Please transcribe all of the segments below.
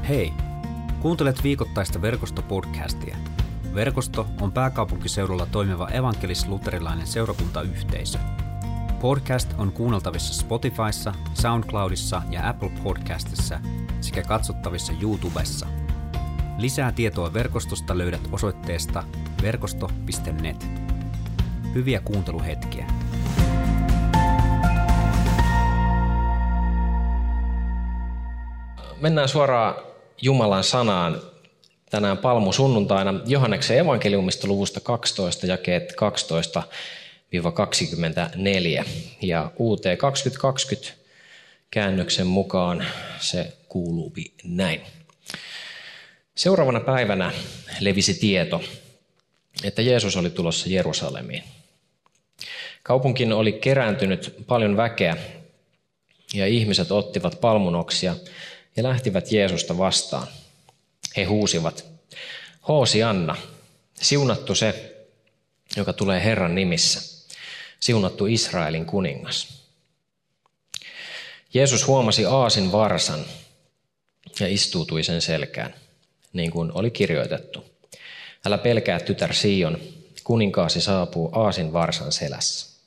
Hei! Kuuntelet viikoittaista Verkosto-podcastia. Verkosto on pääkaupunkiseudulla toimiva evankelis-luterilainen seurakuntayhteisö. Podcast on kuunneltavissa Spotifyssa, SoundCloudissa ja Apple Podcastissa sekä katsottavissa YouTubessa. Lisää tietoa verkostosta löydät osoitteesta verkosto.net. Hyviä kuunteluhetkiä. Mennään suoraan Jumalan sanaan tänään palmusunnuntaina Johanneksen evankeliumista luvusta 12, jakeet 12-24. Ja UT 2020 käännöksen mukaan se kuuluu näin. Seuraavana päivänä levisi tieto, että Jeesus oli tulossa Jerusalemiin. Kaupunkiin oli kerääntynyt paljon väkeä ja ihmiset ottivat palmunoksia ja lähtivät Jeesusta vastaan. He huusivat, Hoosianna, siunattu se, joka tulee Herran nimissä, siunattu Israelin kuningas. Jeesus huomasi aasin varsan ja istuutui sen selkään, niin kuin oli kirjoitettu. Älä pelkää, tytär Sion, kuninkaasi saapuu aasin varsan selässä.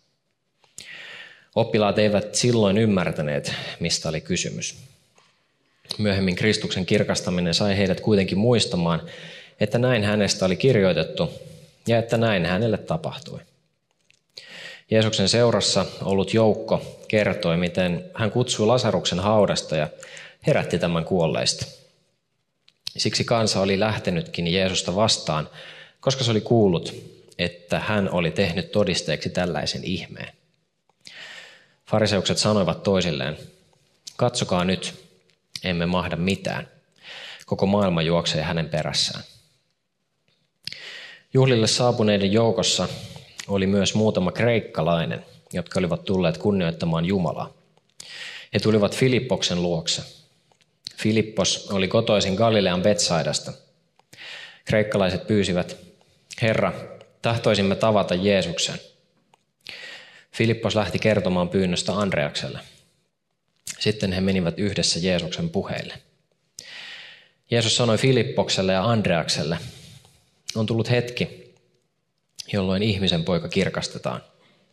Oppilaat eivät silloin ymmärtäneet, mistä oli kysymys. Myöhemmin Kristuksen kirkastaminen sai heidät kuitenkin muistamaan, että näin hänestä oli kirjoitettu ja että näin hänelle tapahtui. Jeesuksen seurassa ollut joukko kertoi, miten hän kutsui Lasaruksen haudasta ja herätti tämän kuolleista. Siksi kansa oli lähtenytkin Jeesusta vastaan, koska se oli kuullut, että hän oli tehnyt todisteeksi tällaisen ihmeen. Fariseukset sanoivat toisilleen, katsokaa nyt, emme mahda mitään. Koko maailma juoksee hänen perässään. Juhlille saapuneiden joukossa oli myös muutama kreikkalainen, jotka olivat tulleet kunnioittamaan Jumalaa. He tulivat Filippoksen luokse. Filippos oli kotoisin Galilean Betsaidasta. Kreikkalaiset pyysivät, Herra, tahtoisimme tavata Jeesuksen. Filippos lähti kertomaan pyynnöstä Andreakselle. Sitten he menivät yhdessä Jeesuksen puheille. Jeesus sanoi Filippokselle ja Andreakselle, on tullut hetki, jolloin ihmisen poika kirkastetaan.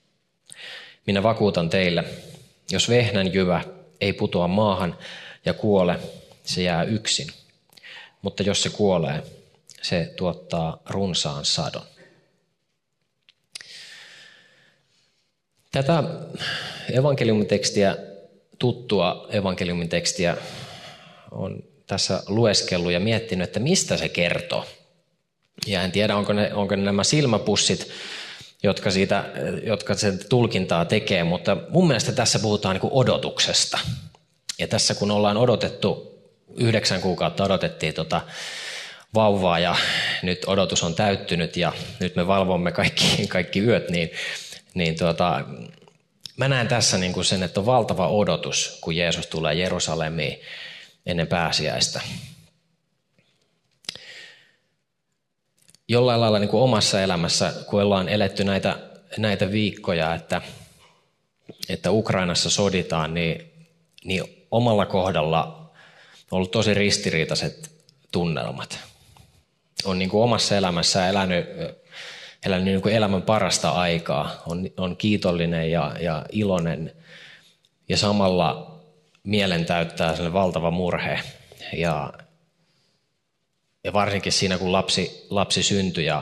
Minä vakuutan teille, jos vehnänjyvä ei putoa maahan ja kuole, se jää yksin. Mutta jos se kuolee, se tuottaa runsaan sadon. Tätä evankeliumitekstiä, tuttua evankeliumitekstiä on tässä lueskellut ja miettinyt, että mistä se kertoo. Ja en tiedä, onko ne nämä silmäpussit, jotka sen tulkintaa tekee, mutta mun mielestä tässä puhutaan niin kuin odotuksesta. Ja tässä kun ollaan odotettu, 9 kuukautta odotettiin vauvaa ja nyt odotus on täyttynyt ja nyt me valvomme kaikki yöt, niin mä näen tässä niin kuin sen, että on valtava odotus, kun Jeesus tulee Jerusalemiin ennen pääsiäistä. Jollain lailla niin kuin omassa elämässä, kun ollaan eletty näitä viikkoja, että Ukrainassa soditaan, niin omalla kohdalla on ollut tosi ristiriitaiset tunnelmat. On niin kuin omassa elämässä elänyt niin kuin elämän parasta aikaa, on kiitollinen ja iloinen ja samalla mielen täyttää sellainen valtava murhe. Ja varsinkin siinä, kun lapsi syntyi ja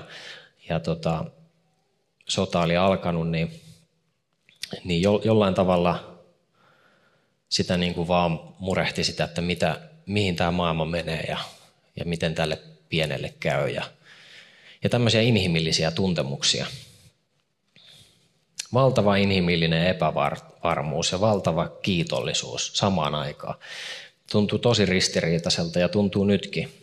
sota oli alkanut, niin jollain tavalla sitä niin kuin vaan murehti sitä, että mihin tämä maailma menee ja miten tälle pienelle käy ja tämmöisiä inhimillisiä tuntemuksia. Valtava inhimillinen epävarmuus ja valtava kiitollisuus samaan aikaan. Tuntuu tosi ristiriitaiselta ja tuntuu nytkin.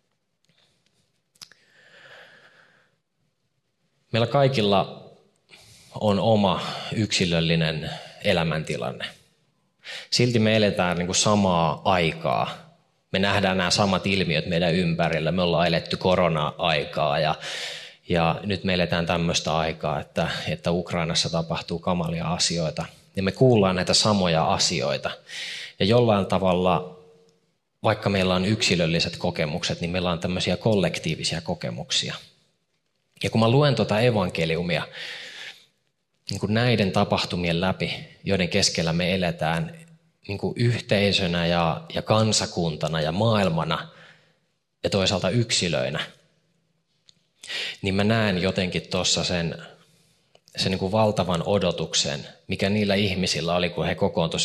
Meillä kaikilla on oma yksilöllinen elämäntilanne. Silti me eletään niin kuin samaa aikaa. Me nähdään nämä samat ilmiöt meidän ympärillä. Me ollaan eletty korona-aikaa ja nyt me eletään tämmöistä aikaa, että Ukrainassa tapahtuu kamalia asioita. Ja me kuullaan näitä samoja asioita. Ja jollain tavalla vaikka meillä on yksilölliset kokemukset, niin meillä on tämmöisiä kollektiivisia kokemuksia. Ja kun mä luen tuota evankeliumia niin kuin näiden tapahtumien läpi, joiden keskellä me eletään niin kuin yhteisönä ja kansakuntana ja maailmana ja toisaalta yksilöinä, niin mä näen jotenkin tuossa sen niin kuin valtavan odotuksen, mikä niillä ihmisillä oli, kun he kokoontuivat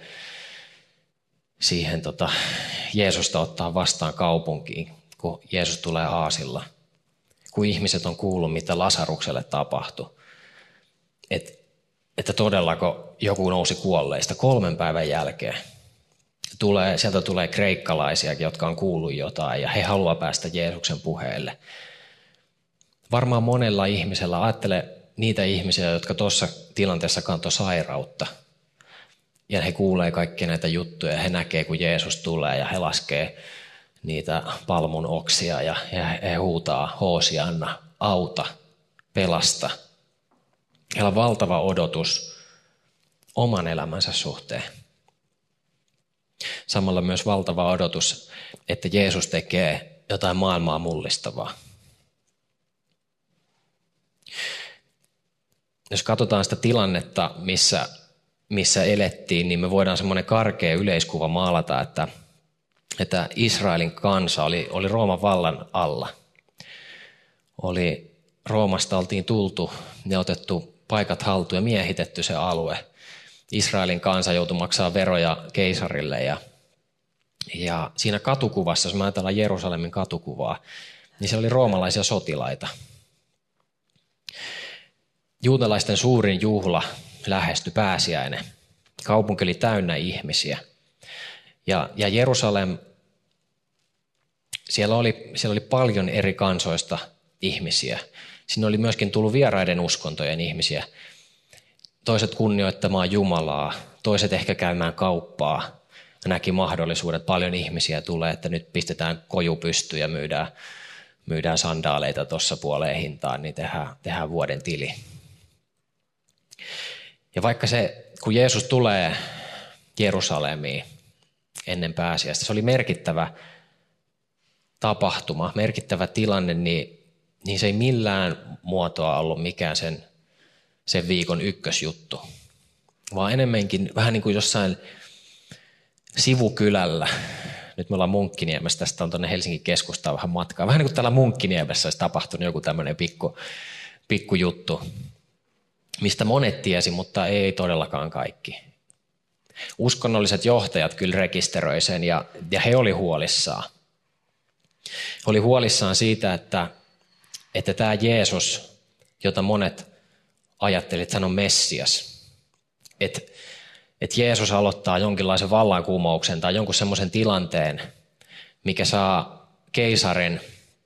siihen Jeesusta ottaa vastaan kaupunkiin, kun Jeesus tulee aasilla. Kun ihmiset on kuullut, mitä Lasarukselle tapahtui. Että todellako joku nousi kuolleista 3 päivän jälkeen. Sieltä tulee kreikkalaisiakin, jotka on kuullut jotain ja he haluaa päästä Jeesuksen puheelle. Varmaan monella ihmisellä, ajattele niitä ihmisiä, jotka tuossa tilanteessa kantoi sairautta. Ja he kuulee kaikkia näitä juttuja ja he näkee, kun Jeesus tulee ja he laskee niitä palmun oksia ja he huutaa Hoosianna, auta, pelasta. Heillä on valtava odotus oman elämänsä suhteen. Samalla myös valtava odotus, että Jeesus tekee jotain maailmaa mullistavaa. Jos katsotaan sitä tilannetta, missä elettiin, niin me voidaan semmoinen karkea yleiskuva maalata, että Israelin kansa oli Rooman vallan alla. Roomasta oltiin tultu ja otettu paikat haltuun ja miehitetty se alue. Israelin kansa joutui maksaa veroja keisarille ja siinä katukuvassa, jos me ajatellaan Jerusalemin katukuvaa, niin se oli roomalaisia sotilaita. Juutalaisten suurin juhla lähestyi, pääsiäinen. Kaupunki oli täynnä ihmisiä. Ja Jerusalem, siellä oli paljon eri kansoista ihmisiä. Sinne oli myöskin tullut vieraiden uskontojen ihmisiä. Toiset kunnioittamaan Jumalaa, toiset ehkä käymään kauppaa. Näki mahdollisuudet, paljon ihmisiä tulee, että nyt pistetään koju pystyyn ja myydään sandaaleita tuossa puoleen hintaan, niin tehdään vuoden tili. Ja vaikka kun Jeesus tulee Jerusalemiin ennen pääsiäistä, se oli merkittävä tapahtuma, merkittävä tilanne, niin se ei millään muotoa ollut mikään sen viikon ykkösjuttu, vaan enemmänkin vähän niin kuin jossain sivukylällä. Nyt me ollaan Munkkiniemessä, tästä on tuonne Helsingin keskustaan vähän matkaa. Vähän niin kuin täällä Munkkiniemessä olisi tapahtunut joku tämmöinen pikku juttu, mistä monet tiesi, mutta ei todellakaan kaikki. Uskonnolliset johtajat kyllä rekisteröi sen ja he oli huolissaan. He oli huolissaan siitä, että tämä Jeesus, jota monet ajattelivat, että hän on Messias, että Jeesus aloittaa jonkinlaisen vallankumouksen tai jonkun semmoisen tilanteen, mikä saa keisarin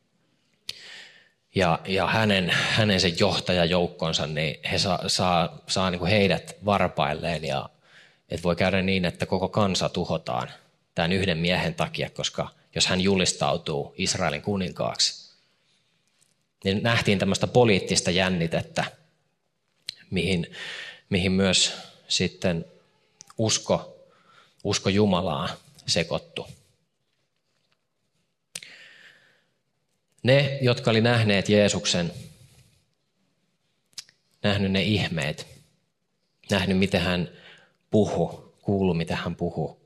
ja hänen sen johtajajoukkonsa, niin he saa niin kuin heidät varpailleen ja että voi käydä niin, että koko kansa tuhotaan tämän yhden miehen takia, koska jos hän julistautuu Israelin kuninkaaksi. Niin nähtiin tämmöistä poliittista jännitettä, mihin myös sitten usko Jumalaa sekoittu. Ne, jotka oli nähneet Jeesuksen, nähnyt ne ihmeet, nähnyt miten hän puhui, kuullut miten hän puhui.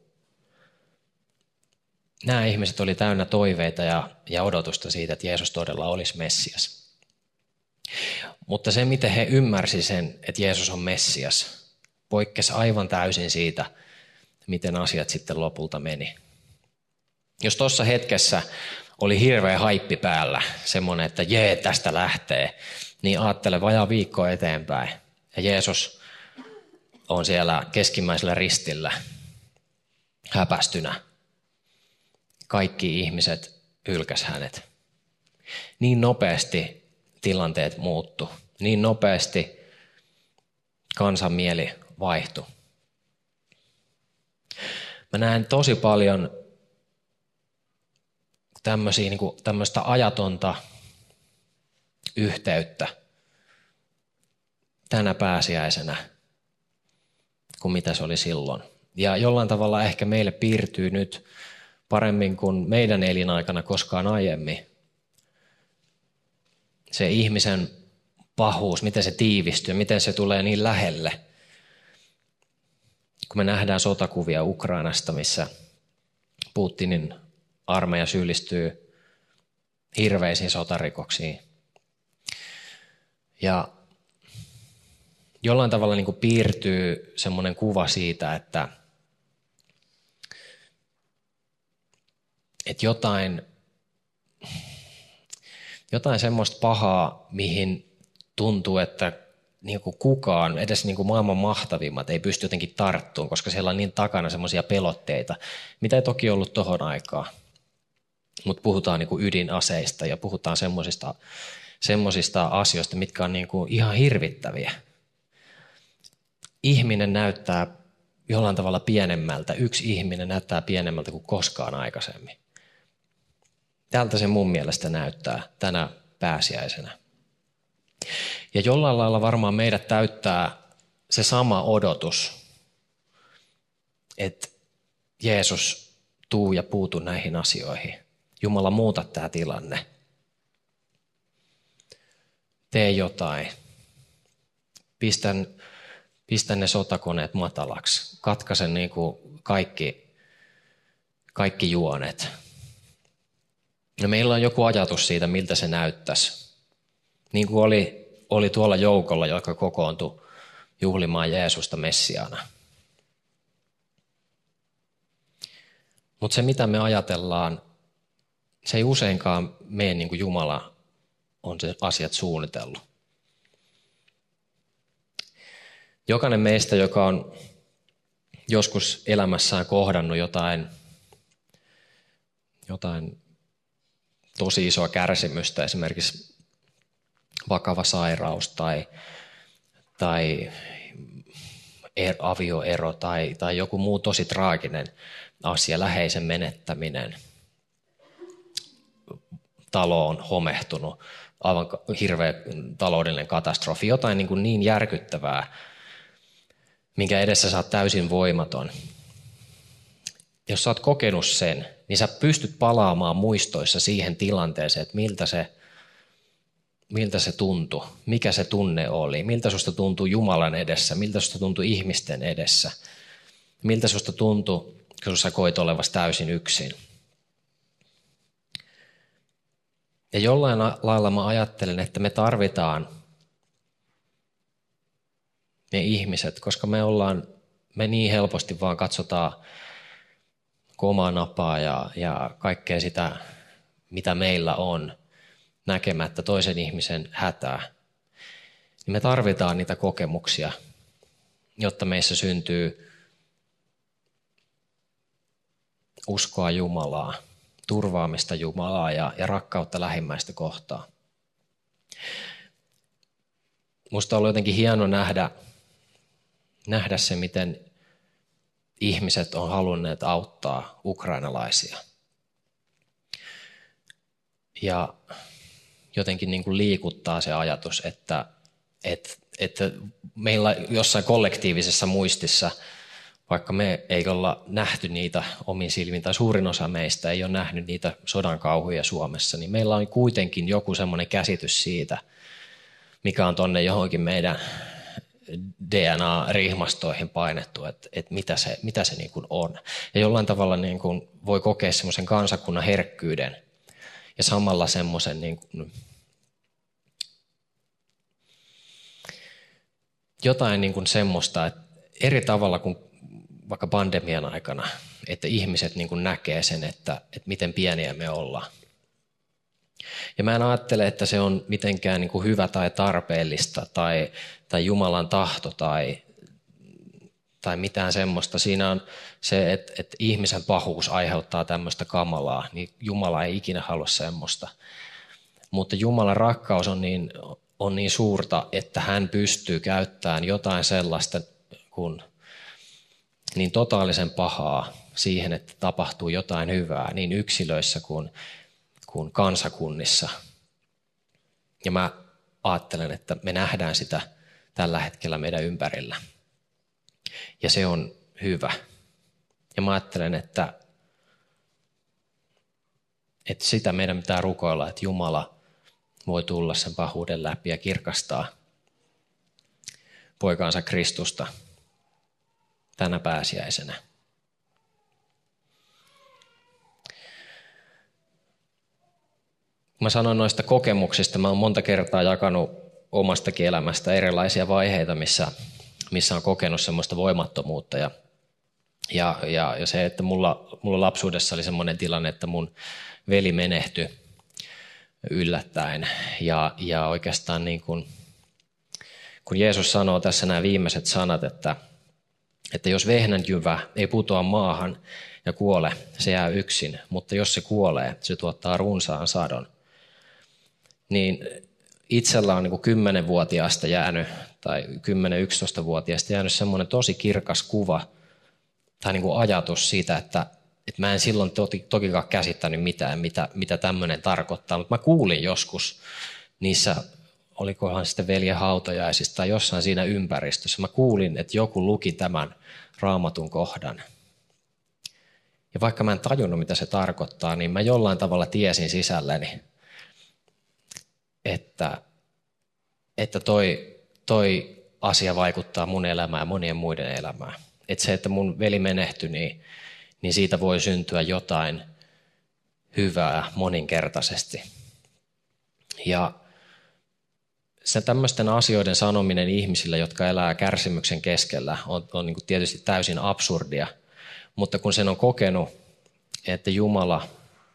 Nämä ihmiset oli täynnä toiveita ja odotusta siitä, että Jeesus todella olisi Messias. Mutta se, miten he ymmärsivät sen, että Jeesus on Messias, poikkesi aivan täysin siitä, miten asiat sitten lopulta meni. Jos tuossa hetkessä oli hirveä haippi päällä, semmoinen, että tästä lähtee, niin ajattele vajaa viikkoa eteenpäin. Ja Jeesus on siellä keskimmäisellä ristillä häpästynä. Kaikki ihmiset hylkäs hänet. Niin nopeasti tilanteet muuttu. Niin nopeasti kansan mieli vaihtui. Mä näen tosi paljon tämmöistä ajatonta yhteyttä tänä pääsiäisenä kuin mitä se oli silloin. Ja jollain tavalla ehkä meille piirtyy nyt paremmin kuin meidän elinaikana koskaan aiemmin. Se ihmisen pahuus, miten se tiivistyy, miten se tulee niin lähelle. Kun me nähdään sotakuvia Ukrainasta, missä Putinin armeija syyllistyy hirveisiin sotarikoksiin. Ja jollain tavalla niin kuin piirtyy semmoinen kuva siitä, että jotain semmoista pahaa, mihin tuntuu, että niin kuin kukaan, edes niin kuin maailman mahtavimmat, ei pysty jotenkin tarttumaan, koska siellä on niin takana semmoisia pelotteita, mitä ei toki ollut tohon aikaan. Mutta puhutaan niin kuin ydinaseista ja puhutaan semmoisista asioista, mitkä on niin kuin ihan hirvittäviä. Ihminen näyttää jollain tavalla pienemmältä. Yksi ihminen näyttää pienemmältä kuin koskaan aikaisemmin. Tältä se mun mielestä näyttää tänä pääsiäisenä. Ja jollain lailla varmaan meidät täyttää se sama odotus, että Jeesus tuu ja puutu näihin asioihin. Jumala, muuta tämä tilanne. Tee jotain. Pistä ne sotakoneet matalaksi. Katkaise niin kuin kaikki juonet. Ja meillä on joku ajatus siitä, miltä se näyttäisi. Niin kuin oli tuolla joukolla, joka kokoontui juhlimaan Jeesusta Messiaana. Mutta se, mitä me ajatellaan, se ei useinkaan mene niin kuin Jumala on se asiat suunnitellut. Jokainen meistä, joka on joskus elämässään kohdannut jotain tosi isoa kärsimystä, esimerkiksi vakava sairaus tai avioero tai joku muu tosi traaginen asia, läheisen menettäminen, talo on homehtunut, aivan hirveä taloudellinen katastrofi, jotain niin järkyttävää, minkä edessä sä oot täysin voimaton. Jos sä oot kokenut sen, niin sä pystyt palaamaan muistoissa siihen tilanteeseen, että miltä se tuntui, mikä se tunne oli, miltä susta tuntui Jumalan edessä, miltä susta tuntui ihmisten edessä, miltä susta tuntui, kun sä koit olevasi täysin yksin. Ja jollain lailla mä ajattelen, että me tarvitaan ne ihmiset, koska me niin helposti vaan katsotaan omaa napaa ja kaikkea sitä, mitä meillä on, näkemättä toisen ihmisen hätää. Niin me tarvitaan niitä kokemuksia, jotta meissä syntyy uskoa Jumalaa, turvaamista Jumalaa ja rakkautta lähimmäistä kohtaan. Musta on ollut jotenkin hieno nähdä se, miten ihmiset on halunneet auttaa ukrainalaisia. Ja jotenkin niin kuin liikuttaa se ajatus, että meillä jossain kollektiivisessa muistissa, vaikka me ei olla nähty niitä omin silmin, tai suurin osa meistä ei ole nähnyt niitä sodan kauhuja Suomessa, niin meillä on kuitenkin joku semmoinen käsitys siitä, mikä on tonne johonkin meidän DNA-rihmastoihin painettu, että mitä se niin kuin on. Ja jollain tavalla niin kuin voi kokea semmoisen kansakunnan herkkyyden ja samalla semmoisen niin kuin jotain niin kuin semmoista, että eri tavalla kuin vaikka pandemian aikana, että ihmiset niin kuin näkee sen, että miten pieniä me ollaan. Ja mä en ajattele, että se on mitenkään niin kuin hyvä tai tarpeellista tai Jumalan tahto tai mitään semmoista. Siinä on se, että ihmisen pahuus aiheuttaa tämmöistä kamalaa, niin Jumala ei ikinä halua semmoista. Mutta Jumalan rakkaus on niin suurta, että hän pystyy käyttämään jotain sellaista kuin niin totaalisen pahaa siihen, että tapahtuu jotain hyvää niin yksilöissä kuin kansakunnissa. Ja mä ajattelen, että me nähdään sitä tällä hetkellä meidän ympärillä. Ja se on hyvä. Ja mä ajattelen, että Että sitä meidän pitää rukoilla, että Jumala voi tulla sen pahuuden läpi ja kirkastaa poikaansa Kristusta tänä pääsiäisenä. Mä sanoin noista kokemuksista, mä oon monta kertaa jakanut omastakin elämästä erilaisia vaiheita, missä on kokenut semmoista voimattomuutta. Ja se, että mulla lapsuudessa oli semmoinen tilanne, että mun veli menehtyi yllättäen. Ja oikeastaan niin kun Jeesus sanoo tässä nämä viimeiset sanat, että jos vehnänjyvä ei putoa maahan ja kuole, se jää yksin. Mutta jos se kuolee, se tuottaa runsaan sadon. Niin itsellä on niin kuin 10-vuotiaasta jäänyt, tai 10-11-vuotiaasta jäänyt semmoinen tosi kirkas kuva tai niin kuin ajatus siitä, että mä en silloin tokikaan käsittänyt mitään, mitä tämmöinen tarkoittaa. Mutta mä kuulin joskus niissä, olikohan sitten veljen hautajaisista tai jossain siinä ympäristössä, mä kuulin, että joku luki tämän Raamatun kohdan. Ja vaikka mä en tajunnut, mitä se tarkoittaa, niin mä jollain tavalla tiesin sisälleni, että toi asia vaikuttaa mun elämään ja monien muiden elämään. Että se, että mun veli menehtyi, niin siitä voi syntyä jotain hyvää moninkertaisesti. Ja se tämmöisten asioiden sanominen ihmisille, jotka elää kärsimyksen keskellä, on niin kuin tietysti täysin absurdia. Mutta kun sen on kokenut, että Jumala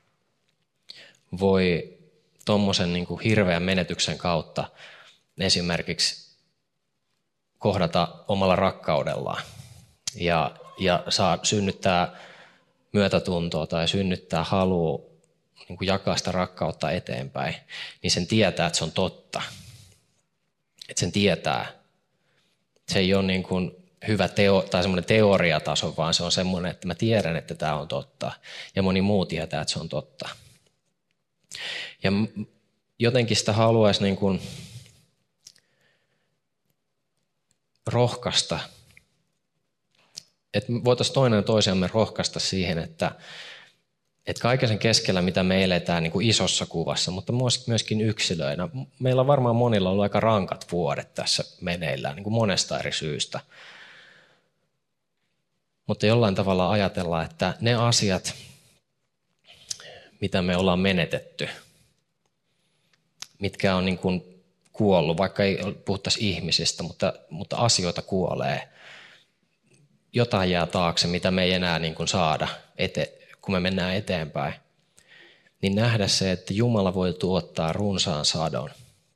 voi tommosen niin kuin hirveän menetyksen kautta esimerkiksi kohdata omalla rakkaudellaan ja saa synnyttää myötätuntoa tai synnyttää halua niin kuin jakaa sitä rakkautta eteenpäin, niin sen tietää, että se on totta. Että sen tietää. Se ei ole niin kuin hyvä tai semmoinen teoriataso, vaan se on semmoinen, että mä tiedän, että tämä on totta. Ja moni muu tietää, että se on totta. Ja jotenkin sitä haluaisi niin kuin rohkaista, että voitaisiin toinen toisiamme rohkaista siihen, että kaiken sen keskellä, mitä me eletään niin kuin isossa kuvassa, mutta myöskin yksilöinä. Meillä on varmaan monilla ollut aika rankat vuodet tässä meneillään, niin kuin monesta eri syystä. Mutta jollain tavalla ajatellaan, että ne asiat, mitä me ollaan menetetty, mitkä on niin kuin kuollut, vaikka ei puhuttaisi ihmisistä, mutta asioita kuolee. Jotain jää taakse, mitä me ei enää niin kuin saada, kun me mennään eteenpäin. Niin nähdä se, että Jumala voi tuottaa runsaan sadon.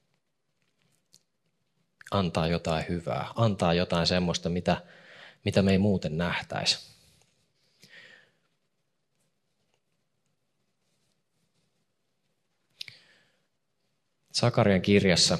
Antaa jotain hyvää, antaa jotain semmoista, mitä me ei muuten nähtäisi. Sakarian kirjassa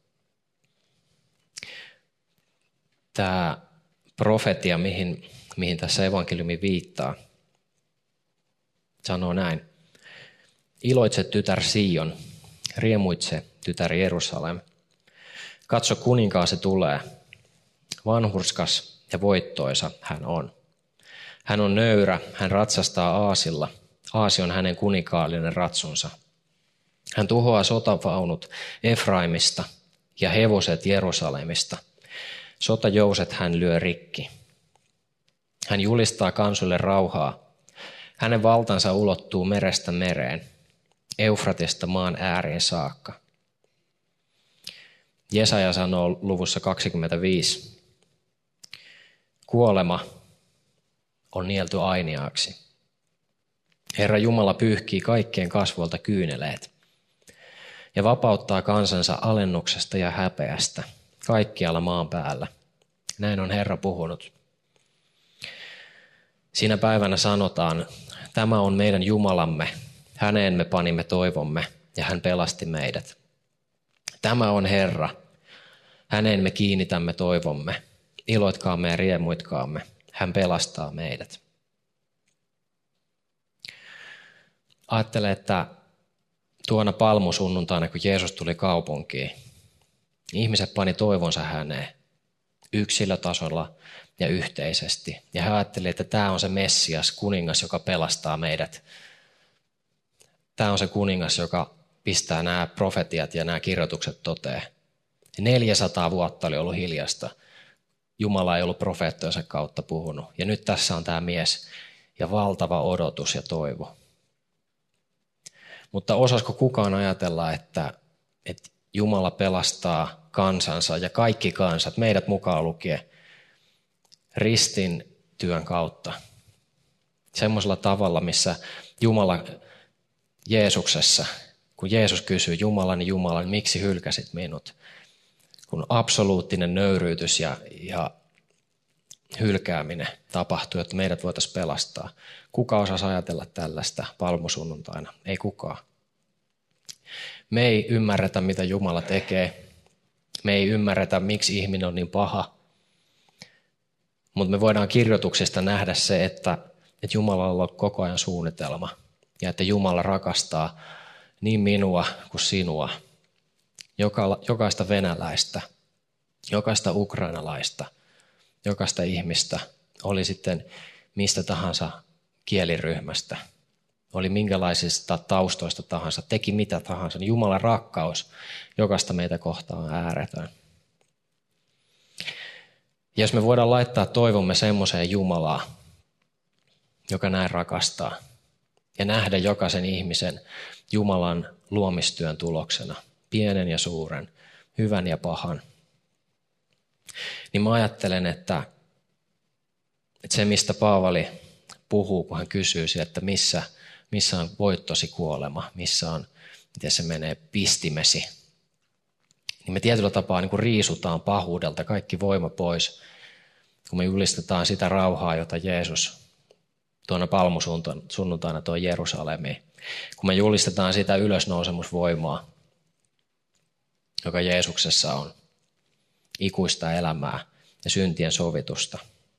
tämä profetia, mihin tässä evankeliumi viittaa, sanoo näin. Iloitse tytär Sion, riemuitse tytär Jerusalem. Katso, kuninkaasi tulee. Vanhurskas ja voittoisa hän on. Hän on nöyrä, hän ratsastaa aasilla. Aasi on hänen kuninkaallinen ratsunsa. Hän tuhoaa sotavaunut Efraimista ja hevoset Jerusalemista. Sotajouset hän lyö rikki. Hän julistaa kansoille rauhaa. Hänen valtansa ulottuu merestä mereen, Eufratista maan ääriin saakka. Jesaja sanoo luvussa 25. Kuolema on nielty ainiaaksi. Herra Jumala pyyhkii kaikkien kasvoilta kyyneleet ja vapauttaa kansansa alennuksesta ja häpeästä kaikkialla maan päällä. Näin on Herra puhunut. Siinä päivänä sanotaan, tämä on meidän Jumalamme, häneen me panimme toivomme ja hän pelasti meidät. Tämä on Herra, häneen me kiinnitämme toivomme, iloitkaamme ja riemuitkaamme, hän pelastaa meidät. Ajattele, että tuona palmusunnuntaina, kun Jeesus tuli kaupunkiin, ihmiset pani toivonsa häneen yksilötasolla ja yhteisesti. Ja he ajattelivat, että tämä on se Messias, kuningas, joka pelastaa meidät Tämä on se kuningas, joka pistää nämä profetiat ja nämä kirjoitukset toteen. 400 vuotta oli ollut hiljasta. Jumala ei ollut profeettojensa kautta puhunut. Ja nyt tässä on tämä mies ja valtava odotus ja toivo. Mutta osasko kukaan ajatella, että Jumala pelastaa kansansa ja kaikki kansat, meidät mukaan lukien, ristin työn kautta. Semmoisella tavalla, missä Jumala Jeesuksessa, kun Jeesus kysyy, Jumalani, Jumalani, miksi hylkäsit minut? Kun absoluuttinen nöyryytys ja hylkääminen tapahtui, että meidät voitaisiin pelastaa. Kuka osasi ajatella tällaista palmusunnuntaina? Ei kukaan. Me ei ymmärretä, mitä Jumala tekee. Me ei ymmärretä, miksi ihminen on niin paha. Mutta me voidaan kirjoituksista nähdä se, että Jumalalla on koko ajan suunnitelma. Ja että Jumala rakastaa niin minua kuin sinua. Jokaista venäläistä, jokaista ukrainalaista, jokaista ihmistä, oli sitten mistä tahansa kieliryhmästä, oli minkälaisista taustoista tahansa, teki mitä tahansa, niin Jumalan rakkaus jokaista meitä kohtaan on ääretön. Ja jos me voidaan laittaa toivomme semmoiseen Jumalaan, joka näin rakastaa, ja nähdä jokaisen ihmisen Jumalan luomistyön tuloksena, pienen ja suuren, hyvän ja pahan, niin mä ajattelen, että se, mistä Paavali puhuu, kun hän kysyy sieltä, että missä on voittosi kuolema, missä on, miten se menee, pistimesi, niin me tietyllä tapaa niin kuin riisutaan pahuudelta kaikki voima pois, kun me julistetaan sitä rauhaa, jota Jeesus tuona palmusunnuntaina toi Jerusalemiin. Kun me julistetaan sitä ylösnousemusvoimaa, joka Jeesuksessa on, ikuista elämää ja syntien sovitusta.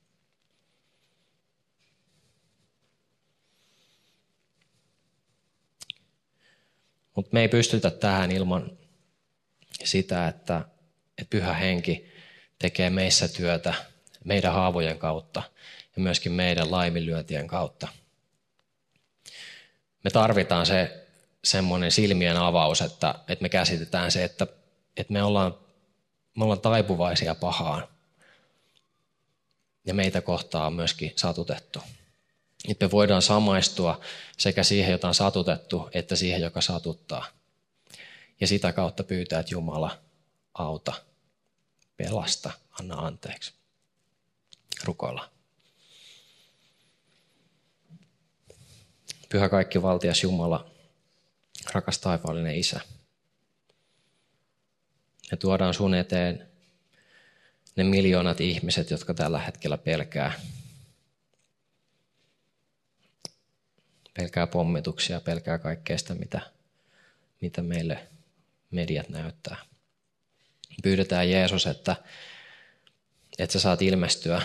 Mutta me ei pystytä tähän ilman sitä, että Pyhä Henki tekee meissä työtä meidän haavojen kautta ja myöskin meidän laiminlyöntien kautta. Me tarvitaan se semmoinen silmien avaus, että me käsitetään se, että me ollaan taipuvaisia pahaan. Ja meitä kohtaan on myöskin satutettu. Että me voidaan samaistua sekä siihen, jota on satutettu, että siihen, joka satuttaa. Ja sitä kautta pyytää, että Jumala auta, pelasta, anna anteeksi. Rukoillaan. Pyhä kaikkivaltias Jumala, rakas taivaallinen Isä. Me tuodaan sun eteen ne miljoonat ihmiset, jotka tällä hetkellä pelkää pommituksia, pelkää kaikkea sitä, mitä meille mediat näyttää. Pyydetään Jeesus, että sä saat ilmestyä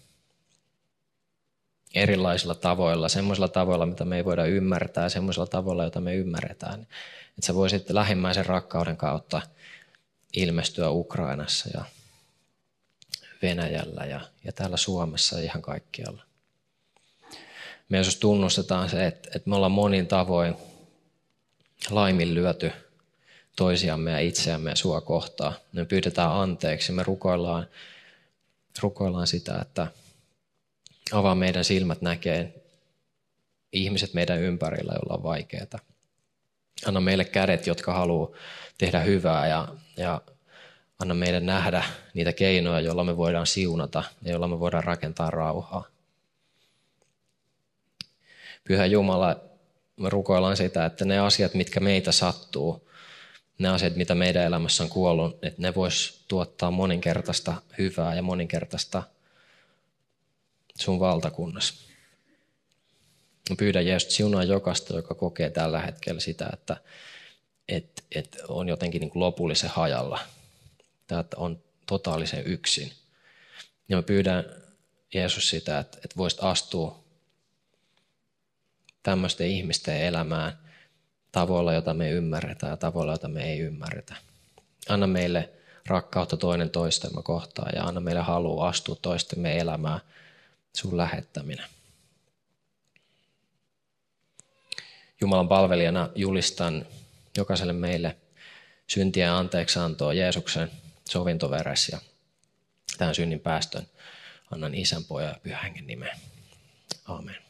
erilaisilla tavoilla, semmoisilla tavoilla, mitä me ei voida ymmärtää, ja semmoisilla tavoilla, joita me ymmärretään. Että sä voisit lähimmäisen rakkauden kautta ilmestyä Ukrainassa ja Venäjällä ja täällä Suomessa ja ihan kaikkialla. Me Jeesus tunnustetaan se, että me ollaan monin tavoin laiminlyöty toisiamme ja itseämme ja sua kohtaan. Me pyydetään anteeksi, me rukoillaan sitä, että avaa meidän silmät näkee ihmiset meidän ympärillä, joilla on vaikeaa. Anna meille kädet, jotka haluaa tehdä hyvää ja anna meidän nähdä niitä keinoja, joilla me voidaan siunata ja joilla me voidaan rakentaa rauhaa. Pyhä Jumala, me rukoillaan sitä, että ne asiat, mitkä meitä sattuu, ne asiat, mitä meidän elämässä on kuollut, että ne vois tuottaa moninkertaista hyvää ja moninkertaista sun valtakunnassa. Mä pyydän Jeesus siunaa jokaista, joka kokee tällä hetkellä sitä, että on jotenkin niin kuin lopullisen hajalla. Että on totaalisen yksin. Ja mä pyydän Jeesus sitä, että voisit astua tämmöisten ihmisten elämään tavoilla, jota me ymmärretään ja tavoilla, jota me ei ymmärretä. Anna meille rakkautta toinen toistemme kohtaan ja anna meille halua astua toistemme elämään sun lähettäminä. Jumalan palvelijana julistan jokaiselle meille syntien anteeksiantoa Jeesuksen sovintoveressä ja tämän synnin päästön annan Isän, Pojan ja Pyhän Hengen nimeen. Aamen.